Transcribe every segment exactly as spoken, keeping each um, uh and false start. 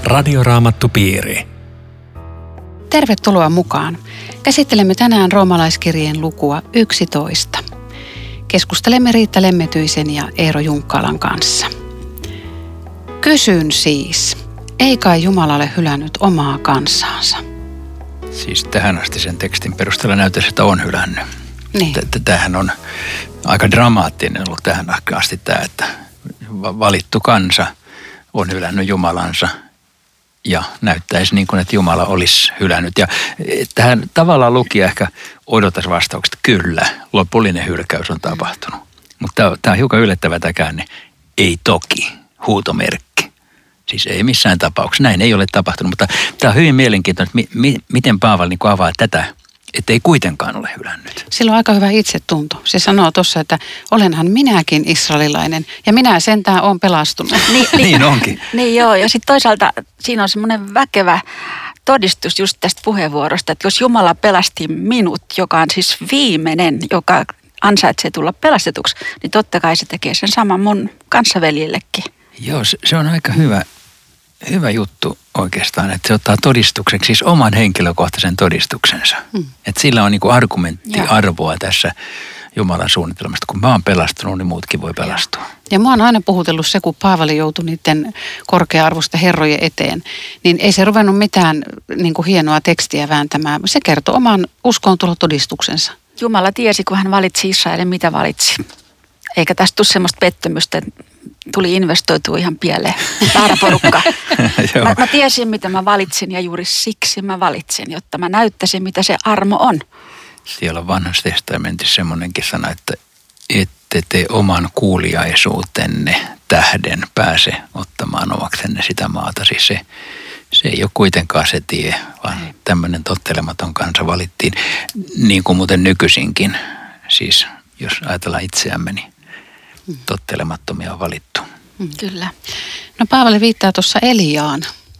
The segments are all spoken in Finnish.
Radioraamattupiiri. Tervetuloa mukaan. Käsittelemme tänään roomalaiskirjeen lukua yksitoista. Keskustelemme Riitta Lemmetyisen ja Eero Junkkalan kanssa. Kysyn siis, ei kai Jumala ole hylännyt omaa kansaansa? Siis tähän asti sen tekstin perusteella näyttäisi, että on hylännyt. Niin. Tämähän on aika dramaattinen ollut tähän asti tämä, että valittu kansa on hylännyt Jumalansa ja näyttäisi niin kuin, että Jumala olisi hylännyt. Ja tähän tavallaan lukija ehkä odottaisi vastaukset, kyllä, lopullinen hylkäys on tapahtunut. Mutta tämä on hiukan yllättävä tämä käänne. Ei toki, huutomerkki. Siis ei missään tapauksessa, näin ei ole tapahtunut, mutta tämä on hyvin mielenkiintoinen, että mi- miten Paavali niin avaa tätä, että ei kuitenkaan ole hylännyt. Sillä on aika hyvä itsetunto. Se sanoo tuossa, että olenhan minäkin israelilainen ja minä sentään olen pelastunut. Niin, niin onkin. Niin joo, ja sitten toisaalta siinä on semmoinen väkevä todistus just tästä puheenvuorosta, että jos Jumala pelasti minut, joka on siis viimeinen, joka ansaitsee tulla pelastetuksi, niin totta kai se tekee sen saman mun kanssaveljillekin. Joo, se on aika hyvä, hyvä juttu oikeastaan, että se ottaa todistukseksi, siis oman henkilökohtaisen todistuksensa. Hmm. Että sillä on niinku argumenttiarvoa tässä Jumalan suunnitelmasta. Kun mä oon pelastunut, niin muutkin voi pelastua. Ja mua on aina puhutellut se, kun Paavali joutui niiden korkea-arvoista herrojen eteen, niin ei se ruvennut mitään niin kuin hienoa tekstiä vääntämään. Se kertoo oman uskontulotodistuksensa. Jumala tiesi, kun hän valitsi Israelin, mitä valitsi. Eikä tästä tule semmoista pettymystä, että tuli investoitua ihan pieleen. Väärä porukka. mä, mä tiesin, mitä mä valitsin ja juuri siksi mä valitsin, jotta mä näyttäisin, mitä se armo on. Siellä on vanhassa testamentissa semmoinenkin sana, että ette te oman kuuliaisuutenne tähden pääse ottamaan omaksenne sitä maata. Siis se, se ei ole kuitenkaan se tie, vaan tämmöinen tottelematon kansa valittiin, niin kuin muuten nykyisinkin. Siis jos ajatellaan itseämme, niin tottelemattomia on valittu. Kyllä. No Paavali viittaa tuossa Eliaan,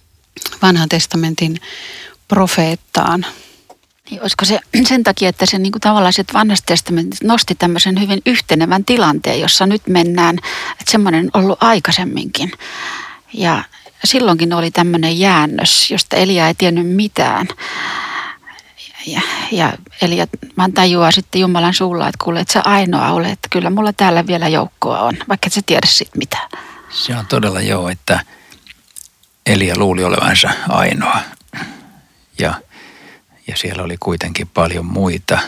vanhan testamentin profeettaan. Niin, olisiko se sen takia, että se niin kuin tavallaan se vanhasta testamentista nosti tämmöisen hyvin yhtenevän tilanteen, jossa nyt mennään, että semmoinen on ollut aikaisemminkin. Ja silloinkin oli tämmöinen jäännös, josta Elia ei tiennyt mitään. Ja, ja Elia vaan tajuaa sitten Jumalan suulla, että kuule, että sä ainoa olet, että kyllä mulla täällä vielä joukkoa on, vaikka et sä tiedä siitä mitään. Se on todella joo, että Elia luuli olevansa ainoa ja, ja siellä oli kuitenkin paljon muita.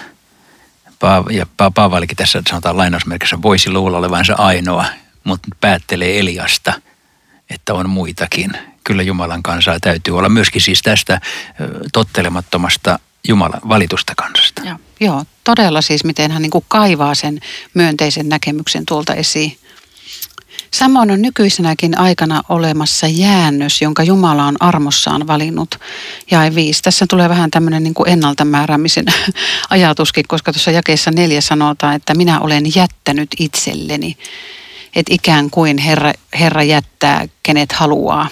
Pa- ja pa- Paavalikin tässä sanotaan lainausmerkissä voisi luulla olevansa ainoa, mutta päättelee Eliasta, että on muitakin. Kyllä Jumalan kansaa täytyy olla myöskin siis tästä tottelemattomasta Jumalan valitusta kansasta. Joo, Joo todella siis miten hän niin kuin kaivaa sen myönteisen näkemyksen tuolta esiin. Samoin on nykyisenäkin aikana olemassa jäännös, jonka Jumala on armossaan valinnut. Jae viisi. Tässä tulee vähän tämmöinen niin kuin ennaltamääräämisen ajatuskin, koska tuossa jakeessa neljä sanotaan, että minä olen jättänyt itselleni. Että ikään kuin Herra, Herra jättää kenet haluaa,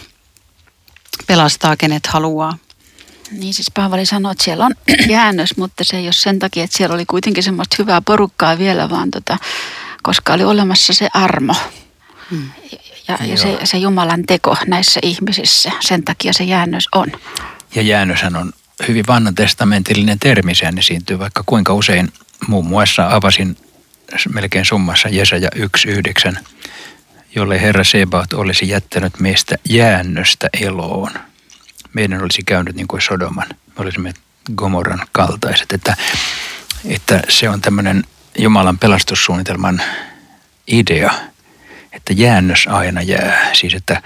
pelastaa kenet haluaa. Niin siis Paavali sanoi, että siellä on jäännös, mutta se ei ole sen takia, että siellä oli kuitenkin semmoista hyvää porukkaa vielä, vaan tota, koska oli olemassa se armo hmm. ja, ja se, se Jumalan teko näissä ihmisissä. Sen takia se jäännös on. Ja jäännöshän on hyvin vanhan testamentillinen termi, sehän esiintyy vaikka kuinka usein. Muun muassa avasin melkein summassa Jesaja yksi yhdeksän, jolle Herra Sebaot olisi jättänyt meistä jäännöstä eloon. Meidän olisi käynyt niin kuin Sodoman. Me olisimme Gomorran kaltaiset. Että, että se on tämmöinen Jumalan pelastussuunnitelman idea, että jäännös aina jää. Siis että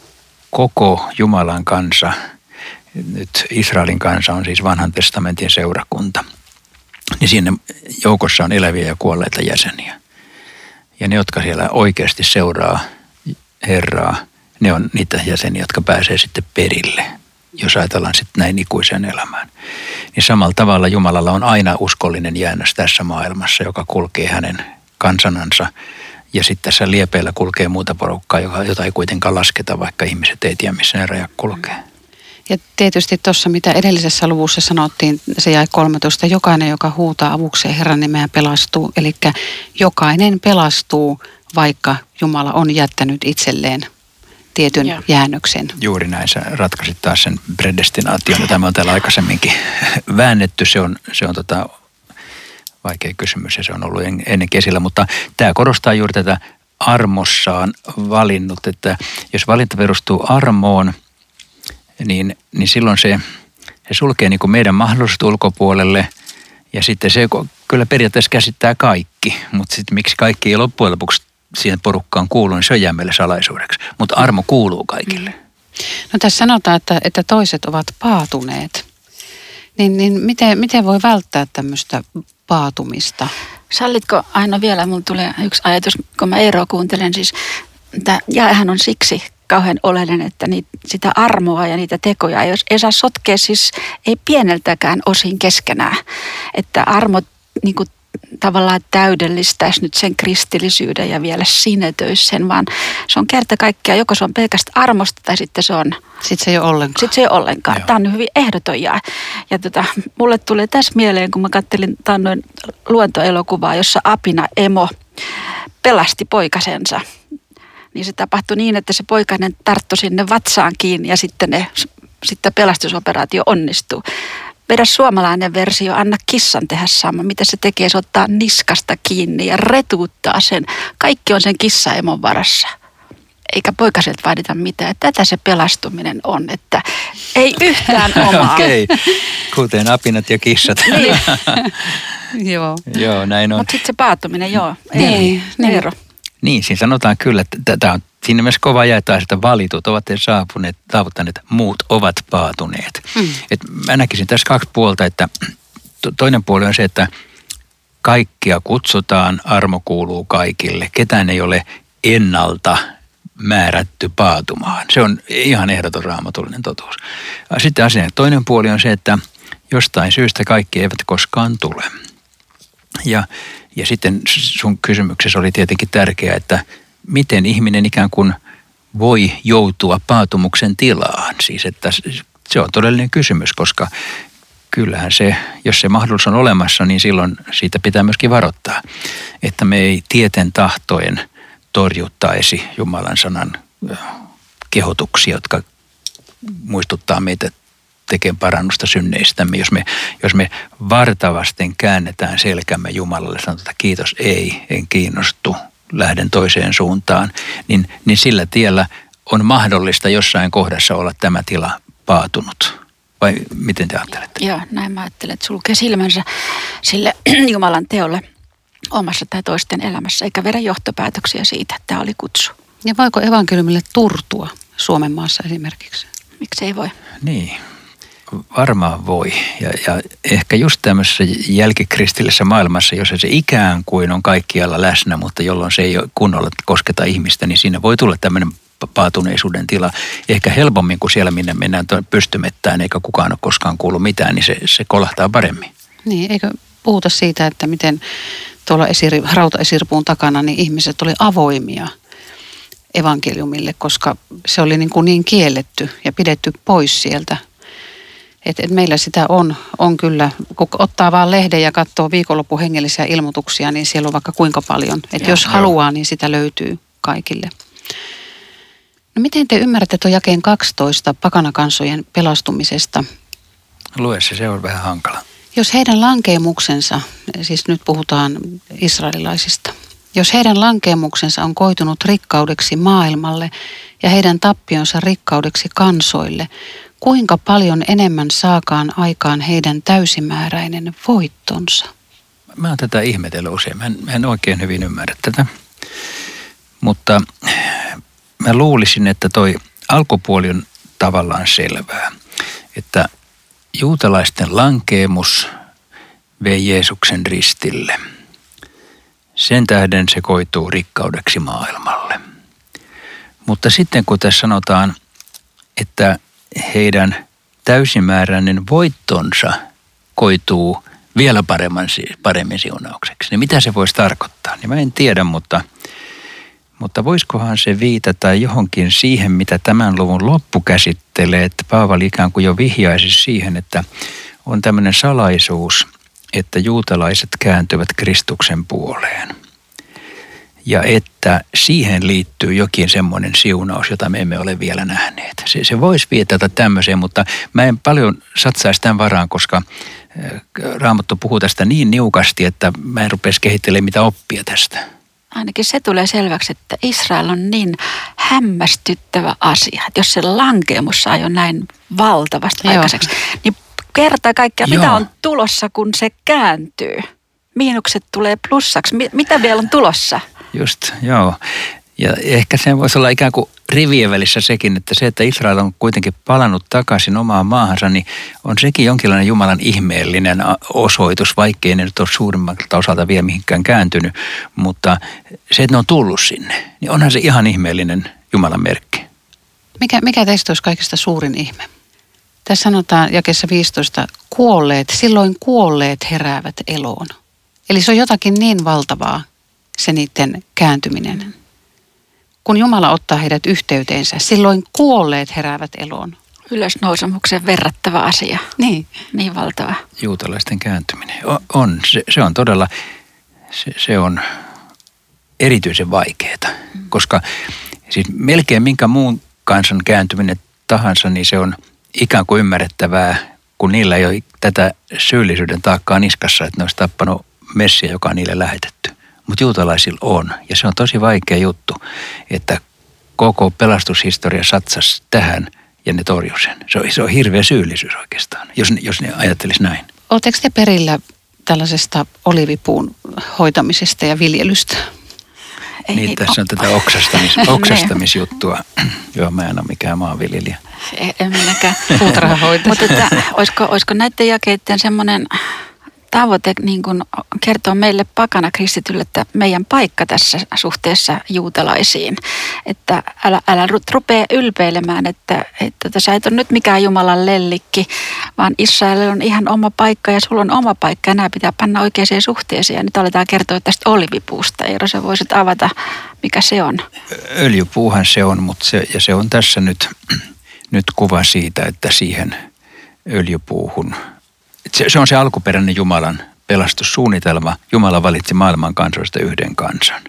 koko Jumalan kansa, nyt Israelin kansa on siis vanhan testamentin seurakunta, niin siinä joukossa on eläviä ja kuolleita jäseniä. Ja ne, jotka siellä oikeasti seuraa Herraa, ne on niitä jäseniä, jotka pääsee sitten perille, jos ajatellaan sitten näin ikuiseen elämään. Niin samalla tavalla Jumalalla on aina uskollinen jäännös tässä maailmassa, joka kulkee hänen kansanansa. Ja sitten tässä liepeillä kulkee muuta porukkaa, jota ei kuitenkaan lasketa, vaikka ihmiset ei tiedä, missä ne rajat kulkee. Ja tietysti tuossa, mitä edellisessä luvussa sanottiin, se jäi kolmetoista, jokainen, joka huutaa avukseen Herran nimeä pelastuu. Eli jokainen pelastuu, vaikka Jumala on jättänyt itselleen tietyn Joo. jäännöksen. Juuri näin, sä ratkaisit taas sen predestinaation, jota me on täällä aikaisemminkin väännetty. Se on, se on tota vaikea kysymys ja se on ollut ennen kesillä, mutta tämä korostaa juuri tätä armossaan valinnut, että jos valinta perustuu armoon, niin, niin silloin se, se sulkee niin kuin meidän mahdollisuudet ulkopuolelle ja sitten se kyllä periaatteessa käsittää kaikki, mutta sitten miksi kaikki ei loppujen lopuksi siihen porukkaan kuulu, niin se on jää meille salaisuudeksi, mutta armo kuuluu kaikille. No tässä sanotaan, että, että toiset ovat paatuneet, niin, niin miten, miten voi välttää tämmöistä paatumista? Sallitko Aino vielä, mulla tulee yksi ajatus, kun mä Eeroa kuuntelen, siis tämä jaehan on siksi kauhean oleellinen, että niitä, sitä armoa ja niitä tekoja ei, ei saa sotkea siis ei pieneltäkään osin keskenään, että armo niin kuin tavallaan täydellistäisi nyt sen kristillisyyden ja vielä sinetöisi sen, vaan se on kerta kaikkiaan, joko se on pelkästään armosta tai sitten se on... Sitten se ei ole ollenkaan. Sitten se ei ole ollenkaan. Joo. Tämä on hyvin ehdoton ja, ja tota, mulle tulee tässä mieleen, kun mä kattelin taannoin luontoelokuvaa, jossa apina emo pelasti poikasensa. Niin se tapahtui niin, että se poikainen tarttui sinne vatsaan kiinni ja sitten, ne, sitten pelastusoperaatio onnistui. Vedä suomalainen versio, anna kissan tehdä sama. Mitä se tekee? Se ottaa niskasta kiinni ja retuuttaa sen. Kaikki on sen kissaemon varassa. Eikä poikaselta vaadita mitään. Tätä se pelastuminen on, että ei yhtään omaa. Okei, okay. Kuten apinat ja kissat. Niin. Joo. Joo, näin on. Mutta sitten se paatuminen, joo. Niin, Eero. Niin, siinä sanotaan kyllä, että tämä on siinä myös kova jaetaan, että valitut ovat saapuneet, saavuttaneet, muut ovat paatuneet. Mm. Et mä näkisin tässä kaksi puolta, että toinen puoli on se, että kaikkia kutsutaan, armo kuuluu kaikille. Ketään ei ole ennalta määrätty paatumaan. Se on ihan ehdoton raamatullinen totuus. Sitten asian toinen puoli on se, että jostain syystä kaikki eivät koskaan tule. Ja, ja sitten sun kysymyksessä oli tietenkin tärkeää, että miten ihminen ikään kuin voi joutua paatumuksen tilaan. Siis että se on todellinen kysymys, koska kyllähän se, jos se mahdollisuus on olemassa, niin silloin siitä pitää myöskin varoittaa, että me ei tieten tahtoen torjuttaisi Jumalan sanan kehotuksia, jotka muistuttaa meitä tekemään parannusta synneistämme. Jos me, jos me vartavasten käännetään selkämme Jumalalle, sanotaan, että kiitos, ei, en kiinnostu, lähden toiseen suuntaan, niin, niin sillä tiellä on mahdollista jossain kohdassa olla tämä tila paatunut. Vai miten te ajattelette? Joo, näin mä ajattelen, että sulkee silmänsä sille Jumalan teolle omassa tai toisten elämässä, eikä vedä johtopäätöksiä siitä, että tämä oli kutsu. Ja voiko evankeliumille turtua Suomen maassa esimerkiksi? Miksi ei voi? Niin, varmaan voi. Ja, ja ehkä just tämmöisessä jälkikristillisessä maailmassa, jossa se ikään kuin on kaikkialla läsnä, mutta jolloin se ei kunnolla kosketa ihmistä, niin siinä voi tulla tämmöinen paatuneisuuden tila. Ehkä helpommin kuin siellä, minne mennään pystymettään, eikä kukaan ole koskaan kuullut mitään, niin se, se kolahtaa paremmin. Niin, eikö puhuta siitä, että miten tuolla esiri, rautaesirpuun takana niin ihmiset oli avoimia evankeliumille, koska se oli niin, kuin niin kielletty ja pidetty pois sieltä. Et, et meillä sitä on, on kyllä, kun ottaa vaan lehden ja katsoo viikonlopun hengellisiä ilmoituksia, niin siellä on vaikka kuinka paljon. Että jos haluaa, niin sitä löytyy kaikille. No miten te ymmärrätte tuon jakeen kaksitoista pakanakansojen pelastumisesta? Lue se, se on vähän hankala. Jos heidän lankeemuksensa, siis nyt puhutaan israelilaisista, jos heidän lankeemuksensa on koitunut rikkaudeksi maailmalle ja heidän tappionsa rikkaudeksi kansoille, kuinka paljon enemmän saakaan aikaan heidän täysimääräinen voittonsa? Mä oon tätä ihmetellyt usein. Mä en, mä en oikein hyvin ymmärrä tätä. Mutta mä luulisin, että toi alkupuoli on tavallaan selvää. Että juutalaisten lankeemus vei Jeesuksen ristille. Sen tähden se koituu rikkaudeksi maailmalle. Mutta sitten kun tässä sanotaan, että heidän täysimääräinen voittonsa koituu vielä paremmin, paremmin siunaukseksi, niin mitä se voisi tarkoittaa? Niin mä en tiedä, mutta, mutta voisikohan se viitata johonkin siihen, mitä tämän luvun loppu käsittelee, että Paavali ikään kuin jo vihjaisi siihen, että on tämmöinen salaisuus, että juutalaiset kääntyvät Kristuksen puoleen. Ja että että siihen liittyy jokin semmoinen siunaus, jota me emme ole vielä nähneet. Se, se voisi viitata tämmöiseen, mutta mä en paljon satsaisi tämän varaan, koska Raamattu puhuu tästä niin niukasti, että mä en rupeaisi kehittelemään mitä oppia tästä. Ainakin se tulee selväksi, että Israel on niin hämmästyttävä asia, että jos se lankeemus saa jo näin valtavasti aikaiseksi, niin kerta kaikkiaan mitä on tulossa, kun se kääntyy. Miinukset tulee plussaksi. Mitä vielä on tulossa? Just, joo. Ja ehkä se voisi olla ikään kuin rivien välissä sekin, että se, että Israel on kuitenkin palannut takaisin omaan maahansa, niin on sekin jonkinlainen Jumalan ihmeellinen osoitus, vaikkei ne nyt ole suurimmalta osalta vielä mihinkään kääntynyt. Mutta se, että ne on tullut sinne, niin onhan se ihan ihmeellinen Jumalan merkki. Mikä, mikä teistä olisi kaikista suurin ihme? Tässä sanotaan jakeessa viisitoista, kuolleet, silloin kuolleet heräävät eloon. Eli se on jotakin niin valtavaa, se niiden kääntyminen. Kun Jumala ottaa heidät yhteyteensä, silloin kuolleet heräävät eloon. Ylösnousemuksen verrattava asia. Niin. Niin valtava. Juutalaisten kääntyminen. On, on se, se on todella, se, se on erityisen vaikeaa, mm. koska siis melkein minkä muun kansan kääntyminen tahansa, niin se on ikään kuin ymmärrettävää, kun niillä ei ole tätä syyllisyyden taakkaa niskassa, että ne olisi tappanut Messiä, joka on niille lähetetty. Mutta juutalaisilla on, ja se on tosi vaikea juttu, että koko pelastushistoria satsasi tähän ja ne torjui sen. Se on, se on hirveä syyllisyys oikeastaan, jos, jos ne ajattelisi näin. Oletteko te perillä tällaisesta olivipuun hoitamisesta ja viljelystä? Ei, niin, tässä on tätä oksastamis, oksastamisjuttua. Joo, mä en ole mikään maanviljelijä. En minäkään. Puutarhahoitaja. Mutta että, olisiko, olisiko näiden jakeiden semmoinen tavoite niin kuin kertoo meille pakana kristitylle, että meidän paikka tässä suhteessa juutalaisiin, että älä, älä rupea ylpeilemään, että, että sä et ole nyt mikään Jumalan lellikki, vaan Israelilla on ihan oma paikka ja sulla on oma paikka ja nämä pitää panna oikeaan suhteeseen. Ja nyt aletaan kertoa tästä olivipuusta. Eero, sä voisit avata, mikä se on. Öljypuuhan se on, mutta se, ja se on tässä nyt, nyt kuva siitä, että siihen öljypuuhun Se, se on se alkuperäinen Jumalan pelastussuunnitelma. Jumala valitsi maailman kansoista yhden kansan.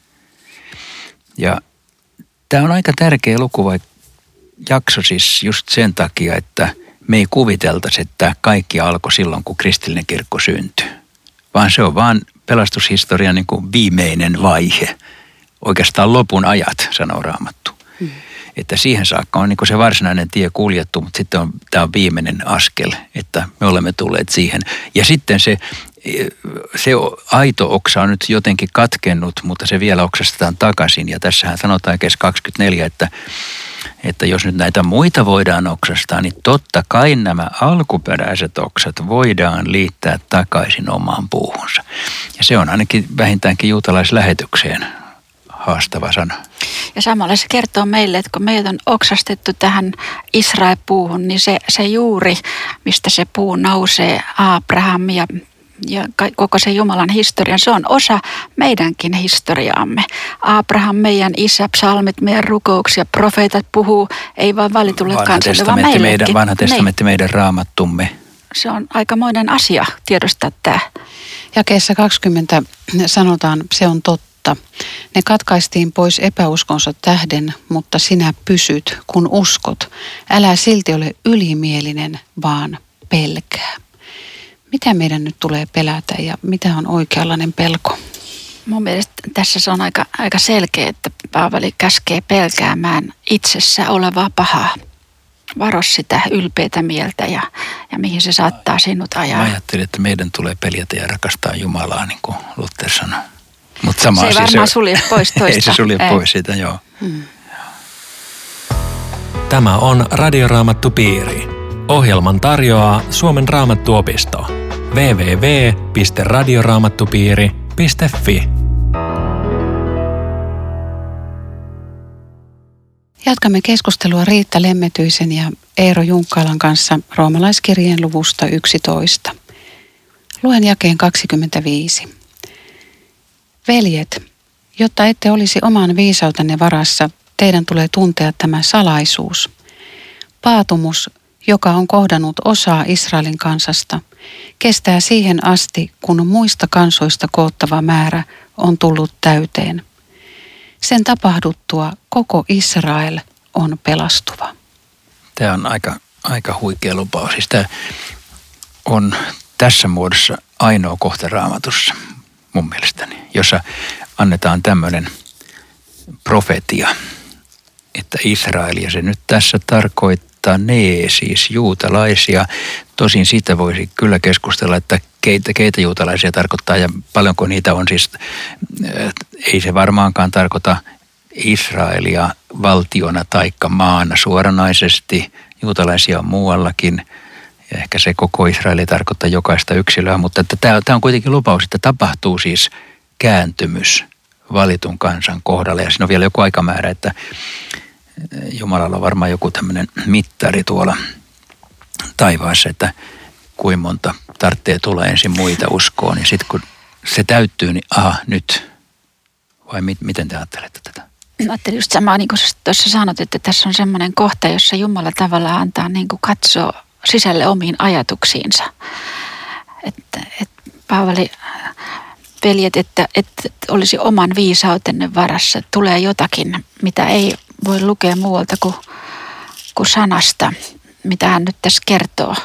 Ja tämä on aika tärkeä lukuva jakso siis just sen takia, että me ei kuviteltaisi, että kaikki alkoi silloin, kun kristillinen kirkko syntyi. Vaan se on vaan pelastushistorian niin kuin viimeinen vaihe. Oikeastaan lopun ajat, sanoo Raamattu. Hmm. Että siihen saakka on niin kuin se varsinainen tie kuljettu, mutta sitten on, tämä on viimeinen askel, että me olemme tulleet siihen. Ja sitten se, se aito oksa on nyt jotenkin katkennut, mutta se vielä oksastetaan takaisin. Ja tässähän sanotaan kes kaksikymmentäneljä, että, että jos nyt näitä muita voidaan oksastaa, niin totta kai nämä alkuperäiset oksat voidaan liittää takaisin omaan puuhunsa. Ja se on ainakin vähintäänkin juutalaislähetykseen haastava sana. Ja samalla se kertoo meille, että kun meidät on oksastettu tähän Israel-puuhun, niin se, se juuri, mistä se puu nousee, Abraham ja, ja koko se Jumalan historian, se on osa meidänkin historiaamme. Abraham, meidän isä, psalmit, meidän rukouksia, profeetat puhuu, ei vaan valitulle kansalle, vaan meillekin. Meidän, vanha testamentti, meidän raamattumme. Se on aikamoinen asia tiedostaa tämä. Jakeessa kaksikymmentä sanotaan, se on totta. Ne katkaistiin pois epäuskonsa tähden, mutta sinä pysyt, kun uskot. Älä silti ole ylimielinen, vaan pelkää. Mitä meidän nyt tulee pelätä ja mitä on oikeanlainen pelko? Mun mielestä tässä se on aika, aika selkeä, että Paavali käskee pelkäämään itsessä olevaa pahaa. Varo sitä ylpeätä mieltä ja, ja mihin se saattaa sinut ajaa. Mä ajattelin, että meidän tulee peljätä ja rakastaa Jumalaa, niin kuin Luther sanoi. Mut sama se ei varmaan se, sulje pois toista. Ei se sulje ei. pois siitä, joo. Hmm. Tämä on Radioraamattupiiri. Ohjelman tarjoaa Suomen Raamattuopisto. double-u double-u double-u piste radioraamattupiiri piste fi. Jatkamme keskustelua Riitta Lemmetyisen ja Eero Junkkailan kanssa roomalaiskirjeen luvusta yksitoista. Luen jakeen kaksikymmentäviisi. Veljet, jotta ette olisi oman viisautenne varassa, teidän tulee tuntea tämä salaisuus. Paatumus, joka on kohdannut osaa Israelin kansasta, kestää siihen asti, kun muista kansoista koottava määrä on tullut täyteen. Sen tapahduttua koko Israel on pelastuva. Tämä on aika, aika huikea lupaus. Siis tämä on tässä muodossa ainoa kohta Raamatussa mun mielestäni, jossa annetaan tämmöinen profetia, että Israelia se nyt tässä tarkoittaa ne siis juutalaisia. Tosin siitä voisi kyllä keskustella, että keitä, keitä juutalaisia tarkoittaa ja paljonko niitä on siis, ei se varmaankaan tarkoita Israelia valtiona taikka maana suoranaisesti. Juutalaisia on muuallakin ja ehkä se koko Israeli tarkoittaa jokaista yksilöä, mutta että tämä, tämä on kuitenkin lupaus, että tapahtuu siis kääntymys valitun kansan kohdalla ja siinä on vielä joku aikamäärä, että Jumalalla on varmaan joku tämmöinen mittari tuolla taivaassa, että kuinka monta tarvitsee tulla ensin muita uskoon ja sitten kun se täyttyy, niin aha nyt, vai mit, miten te ajattelette tätä? Ajattelin just samaa, niin kuin tuossa sanot, että tässä on semmoinen kohta, jossa Jumala tavallaan antaa niin kuin katsoa sisälle omiin ajatuksiinsa. Että, että Paavali, veljet, että, että olisi oman viisautenne varassa, että tulee jotakin, mitä ei voi lukea muualta kuin, kuin sanasta, mitä hän nyt tässä kertoo.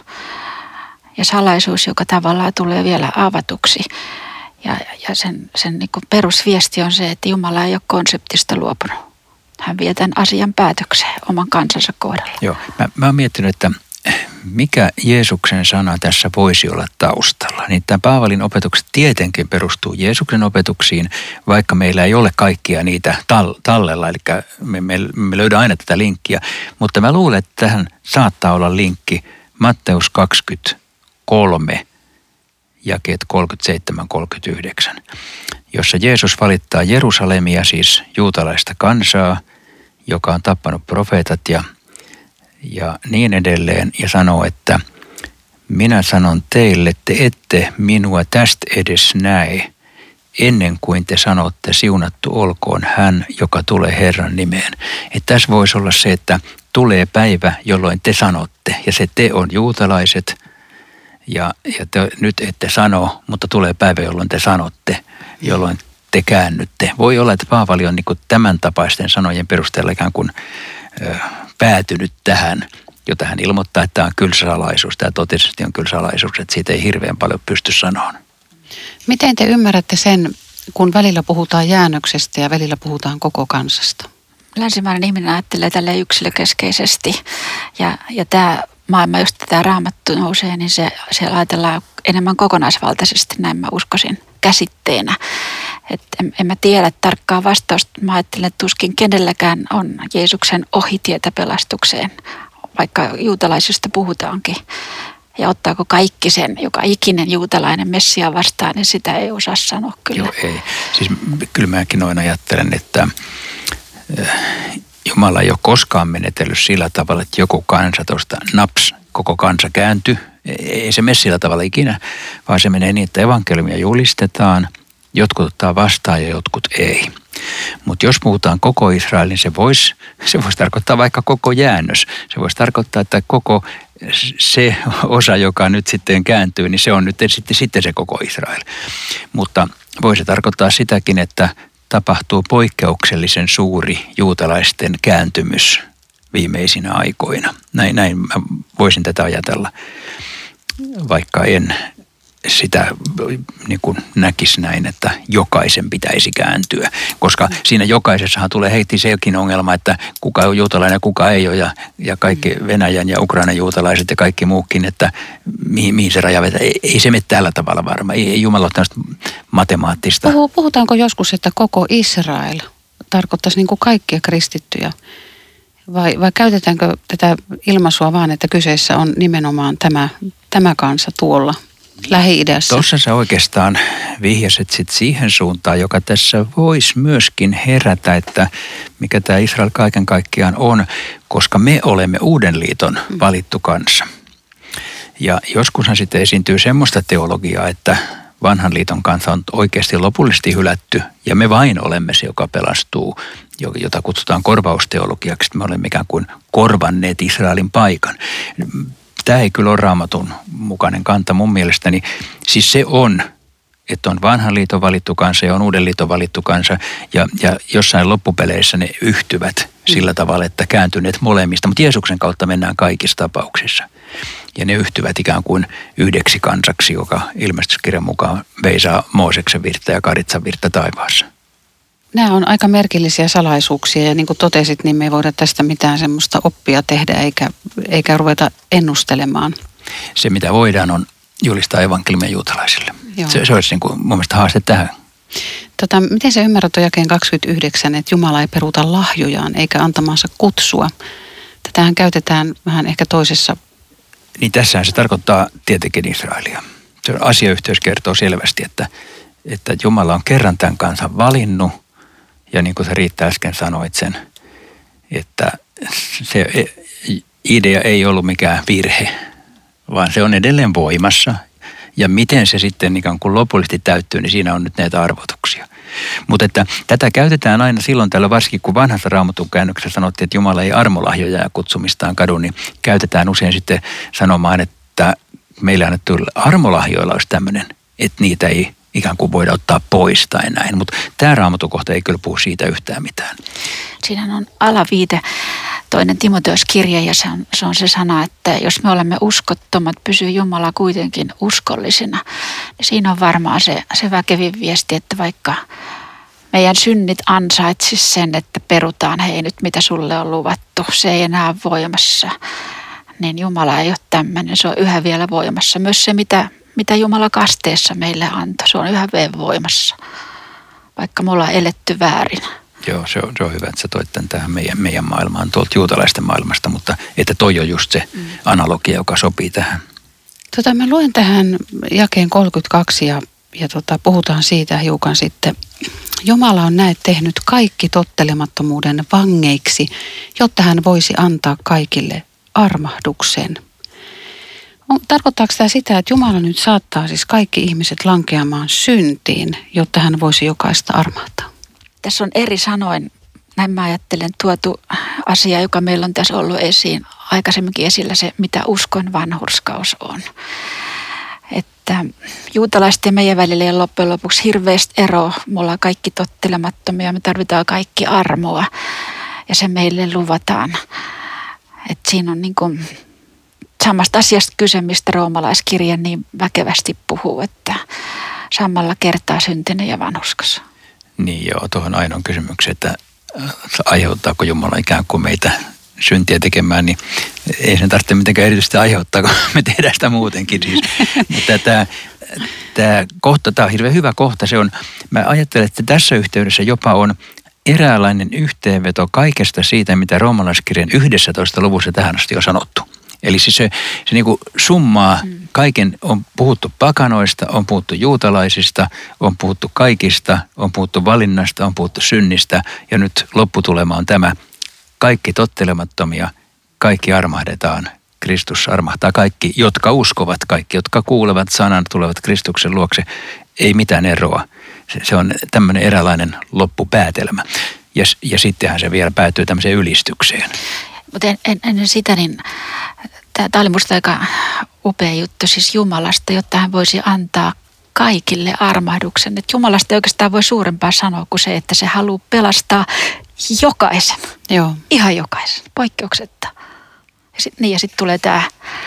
Ja salaisuus, joka tavallaan tulee vielä avatuksi. Ja, ja sen, sen niin kuin perusviesti on se, että Jumala ei ole konseptista luopunut. Hän vie tämän asian päätökseen oman kansansa kohdalla. Joo, mä, mä oon miettinyt, että mikä Jeesuksen sana tässä voisi olla taustalla. Niin tämä Paavalin opetukset tietenkin perustuu Jeesuksen opetuksiin, vaikka meillä ei ole kaikkia niitä tall- tallella, eli me, me, me löydään aina tätä linkkiä. Mutta mä luulen, että tähän saattaa olla linkki Matteus kaksikymmentäkolme, jakeet kolmekymmentäseitsemän kolmekymmentäyhdeksän, jossa Jeesus valittaa Jerusalemia, siis juutalaista kansaa, joka on tappanut profeetat ja ja niin edelleen, ja sanoo, että minä sanon teille, te ette minua tästä edes näe, ennen kuin te sanotte, siunattu olkoon hän, joka tulee Herran nimeen. Että tässä voisi olla se, että tulee päivä, jolloin te sanotte, ja se te on juutalaiset, ja, ja te nyt ette sano, mutta tulee päivä, jolloin te sanotte, jolloin te käännytte. Voi olla, että Paavali on niin kuin tämän tapaisten sanojen perusteella ikään kuin ö, päätynyt tähän, jota hän ilmoittaa, että tämä on kyllä salaisuus. Tämä totisesti on kyllä salaisuus, että siitä ei hirveän paljon pysty sanomaan. Miten te ymmärrätte sen, kun välillä puhutaan jäännöksestä ja välillä puhutaan koko kansasta? Länsimainen ihminen ajattelee tälleen yksilökeskeisesti ja, ja tämä maailma, josta tämä Raamattu nousee, niin se, siellä ajatellaan enemmän kokonaisvaltaisesti, näin mä uskoisin, käsitteenä. Et en, en mä tiedä tarkkaa vastausta. Mä ajattelen, että tuskin kenelläkään on Jeesuksen ohitietä pelastukseen, vaikka juutalaisista puhutaankin. Ja ottaako kaikki sen, joka ikinen juutalainen messia vastaan, niin sitä ei osaa sanoa kyllä. Joo, ei. Siis kyllä mäkin noin ajattelen, että Jumala ei ole koskaan menetellyt sillä tavalla, että joku kansa tuosta naps, koko kansa kääntyy. Ei se mene sillä tavalla ikinä, vaan se menee niin, että evankeliumia julistetaan, jotkut ottaa vastaan ja jotkut ei. Mutta jos puhutaan koko Israelin, se voisi se vois tarkoittaa vaikka koko jäännös. Se voisi tarkoittaa, että koko se osa, joka nyt sitten kääntyy, niin se on nyt sitten, sitten se koko Israel. Mutta voisi tarkoittaa sitäkin, että tapahtuu poikkeuksellisen suuri juutalaisten kääntymys viimeisinä aikoina. Näin, näin mä voisin tätä ajatella, vaikka en sitä niin kuin näkisi näin, että jokaisen pitäisi kääntyä. Koska siinä jokaisessahan tulee heitti sekin ongelma, että kuka on juutalainen ja kuka ei ole. Ja, ja kaikki Venäjän ja Ukrainan juutalaiset ja kaikki muukin, että mihin, mihin se raja vetää. Ei, ei se mene tällä tavalla varmaan. Ei, ei Jumala ole tämmöistä matemaattista. Puhutaanko joskus, että koko Israel tarkoittaisi niin kuin kaikkia kristittyjä? Vai, vai käytetäänkö tätä ilmaisua vaan, että kyseessä on nimenomaan tämä, tämä kansa tuolla Lähi-idässä? Tuossa sä oikeastaan vihjasit sit siihen suuntaan, joka tässä voisi myöskin herätä, että mikä tämä Israel kaiken kaikkiaan on, koska me olemme Uuden liiton valittu kansa. Ja joskushan sitten esiintyy semmoista teologiaa, että vanhan liiton kansa on oikeasti lopullisesti hylätty ja me vain olemme se, joka pelastuu, jota kutsutaan korvausteologiaksi. Me olemme ikään kuin korvanneet Israelin paikan. Tämä ei kyllä ole Raamatun mukainen kanta mun mielestäni. Siis se on että on vanhan liiton valittu kansa ja on uuden liiton valittu kansa. Ja, ja jossain loppupeleissä ne yhtyvät sillä tavalla, että kääntyneet molemmista. Mutta Jeesuksen kautta mennään kaikissa tapauksissa. Ja ne yhtyvät ikään kuin yhdeksi kansaksi, joka ilmestyskirjan mukaan veisaa Mooseksen virta ja Karitsan virta taivaassa. Nämä on aika merkillisiä salaisuuksia ja niin kuin totesit, niin me ei voida tästä mitään semmoista oppia tehdä eikä, eikä ruveta ennustelemaan. Se mitä voidaan on julistaa evankeliumia juutalaisille. Se, se olisi niin kuin mun mielestä haaste tähän. Tota, miten sä ymmärrät on jakeen kaksikymmentäyhdeksän, että Jumala ei peruuta lahjojaan eikä antamansa kutsua? Tätähän käytetään vähän ehkä toisessa. Niin tässähän se tarkoittaa tietenkin Israelia. Se asiayhteys kertoo selvästi, että, että Jumala on kerran tämän kansan valinnut. Ja niin kuin sä Riitta äsken sanoit sen, että se idea ei ollut mikään virhe, vaan se on edelleen voimassa. Ja miten se sitten ikään kuin lopullisesti täyttyy, niin siinä on nyt näitä arvotuksia. Mutta että tätä käytetään aina silloin tällä, varsinkin kun vanhassa Raamatun käännöksessä sanottiin, että Jumala ei armolahjoja ja kutsumistaan kadu, niin käytetään usein sitten sanomaan, että meillä annettu armolahjoilla olisi tämmöinen, että niitä ei ikään kuin voida ottaa pois tai näin. Mutta tämä Raamatun kohta ei kyllä puhu siitä yhtään mitään. Siinä on alaviite, toinen Timoteos-kirja, ja se on, se on se sana, että jos me olemme uskottomat, pysyy Jumala kuitenkin uskollisina. Niin siinä on varmaan se, se väkevin viesti, että vaikka meidän synnit ansaitsis sen, että perutaan, hei nyt mitä sulle on luvattu, se ei enää ole voimassa. Niin Jumala ei ole tämmöinen, se on yhä vielä voimassa. Myös se, mitä, mitä Jumala kasteessa meille antoi, se on yhä vielä voimassa, vaikka me ollaan eletty väärin. Joo, se on, se on hyvä, että sä toit tämän tähän meidän, meidän maailmaan tuolta juutalaisten maailmasta, mutta että toi on just se mm. analogia, joka sopii tähän. Tota, mä luen tähän jakeen kolmekymmentäkaksi ja, ja tota, puhutaan siitä hiukan sitten. Jumala on näet tehnyt kaikki tottelemattomuuden vangeiksi, jotta hän voisi antaa kaikille armahduksen. Tarkoittaako tämä sitä, että Jumala nyt saattaa siis kaikki ihmiset lankeamaan syntiin, jotta hän voisi jokaista armahtaa? Tässä on eri sanoin, näin mä ajattelen, tuotu asia, joka meillä on tässä ollut esiin, aikaisemminkin esillä se, mitä uskon vanhurskaus on. Että juutalaisten ja meidän välillä ei ole loppujen lopuksi hirveästi eroa. Me ollaan kaikki tottelemattomia, me tarvitaan kaikki armoa ja se meille luvataan. Että siinä on niin kuin samasta asiasta kyse, mistä roomalaiskirja niin väkevästi puhuu, että samalla kertaa syntinen ja vanhurskas. Niin joo, tuohon ainoan kysymykseen, että aiheuttaako Jumala ikään kuin meitä syntiä tekemään, niin ei sen tarvitse mitenkään erityisesti aiheuttaa, kun me tehdään sitä muutenkin siis. Mutta tämä, tämä kohta, tämä on hirveän hyvä kohta, se on, mä ajattelen, että tässä yhteydessä jopa on eräänlainen yhteenveto kaikesta siitä, mitä roomalaiskirjan yhdentoista luvussa tähän asti on sanottu. Eli siis se, se niin kuin summaa kaiken, on puhuttu pakanoista, on puhuttu juutalaisista, on puhuttu kaikista, on puhuttu valinnasta, on puhuttu synnistä ja nyt lopputulema on tämä. Kaikki tottelemattomia, kaikki armahdetaan. Kristus armahtaa kaikki, jotka uskovat, kaikki, jotka kuulevat sanan, tulevat Kristuksen luokse. Ei mitään eroa. Se, se on tämmöinen eräänlainen loppupäätelmä. Ja, ja sittenhän se vielä päätyy tämmöiseen ylistykseen. Mutta en, en, ennen sitä, niin tämä oli musta aika upea juttu siis Jumalasta, jotta hän voisi antaa kaikille armahduksen. Että Jumalasta ei oikeastaan voi suurempaa sanoa kuin se, että se haluaa pelastaa jokaisen. Joo. Ihan jokaisen, poikkeuksetta. Ja sitten niin, sit tulee tämä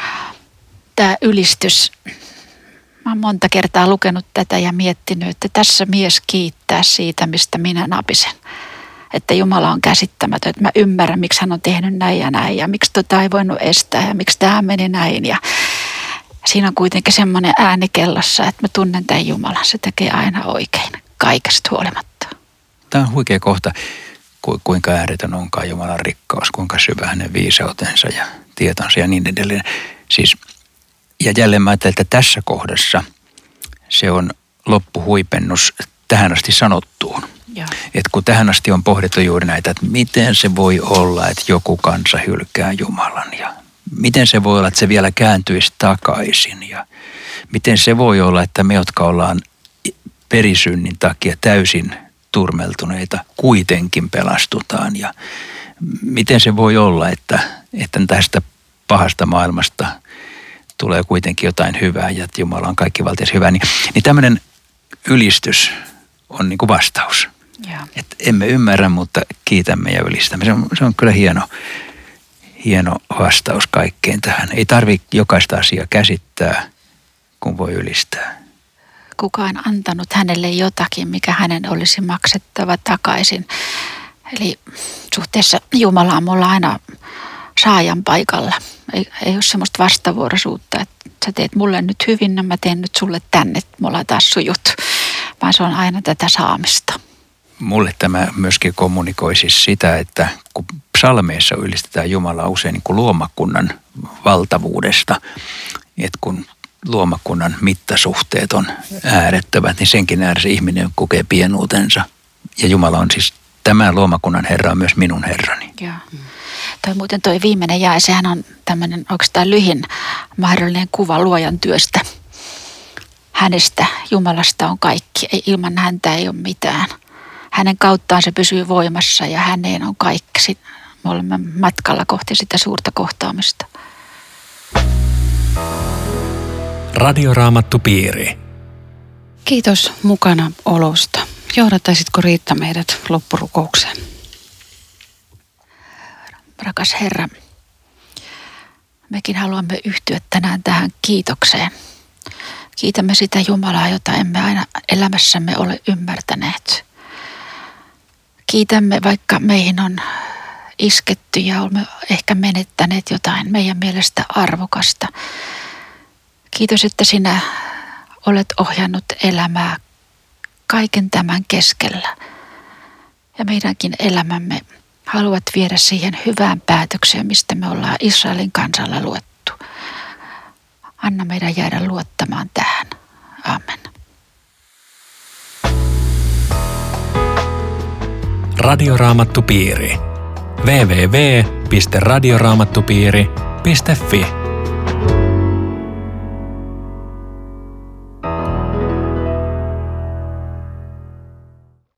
tää ylistys. Mä oon monta kertaa lukenut tätä ja miettinyt, että tässä mies kiittää siitä, mistä minä napisen. Että Jumala on käsittämätön, että mä ymmärrän, miksi hän on tehnyt näin ja näin ja miksi tota ei voinut estää ja miksi tämä meni näin. Ja siinä on kuitenkin semmoinen ääni kellossa, että mä tunnen tämän Jumalan, se tekee aina oikein, kaikesta huolimatta. Tämä on huikea kohta, kuinka ääretön onkaan Jumalan rikkaus, kuinka syvä hänen viisautensa ja tietonsa ja niin edelleen. Siis, ja jälleen mä ajattelen, että tässä kohdassa se on loppuhuipennus tähän asti sanottuun. Että kun tähän asti on pohdittu juuri näitä, että miten se voi olla, että joku kansa hylkää Jumalan ja miten se voi olla, että se vielä kääntyisi takaisin ja miten se voi olla, että me, jotka ollaan perisynnin takia täysin turmeltuneita, kuitenkin pelastutaan ja miten se voi olla, että, että tästä pahasta maailmasta tulee kuitenkin jotain hyvää ja että Jumala on kaikkivaltias hyvä, niin, niin tämmöinen ylistys on niin kuin vastaus. Ja. Et emme ymmärrä, mutta kiitämme ja ylistämme. Se on, se on kyllä hieno, hieno vastaus kaikkeen tähän. Ei tarvitse jokaista asiaa käsittää, kun voi ylistää. Kuka on antanut hänelle jotakin, mikä hänen olisi maksettava takaisin. Eli suhteessa Jumalaan me ollaan aina saajan paikalla. Ei, ei ole semmoista vastavuoroisuutta, että sä teet mulle nyt hyvin, ja mä teen nyt sulle tänne, me ollaan taas sujut. Vaan se on aina tätä saamista. Mulle tämä myöskin kommunikoi siis sitä, että kun psalmeissa ylistetään Jumalaa usein niin kuin luomakunnan valtavuudesta, että kun luomakunnan mittasuhteet on äärettömät, niin senkin ääressä ihminen kokee pienuutensa. Ja Jumala on siis, tämä luomakunnan Herra on myös minun Herrani. Joo. Toi muuten toi viimeinen jae, sehän on tämmöinen oikeastaan lyhin mahdollinen kuva luojan työstä. Hänestä, Jumalasta on kaikki. Ei, ilman häntä ei ole mitään. Hänen kauttaan se pysyy voimassa ja häneen on kaikki. Me olemme matkalla kohti sitä suurta kohtaamista. Radioraamattupiiri. Kiitos mukana olosta. Johdattaisitko Riitta meidät loppurukoukseen? Rakas Herra, mekin haluamme yhtyä tänään tähän kiitokseen. Kiitämme sitä Jumalaa, jota emme aina elämässämme ole ymmärtäneet. Kiitämme, vaikka meihin on isketty ja olemme ehkä menettäneet jotain meidän mielestä arvokasta. Kiitos, että sinä olet ohjannut elämää kaiken tämän keskellä. Ja meidänkin elämämme haluat viedä siihen hyvään päätökseen, mistä me ollaan Israelin kansalla luettu. Anna meidän jäädä luottamaan tähän. Amen. Radioraamattupiiri. double-u double-u double-u piste radioraamattupiiri piste fi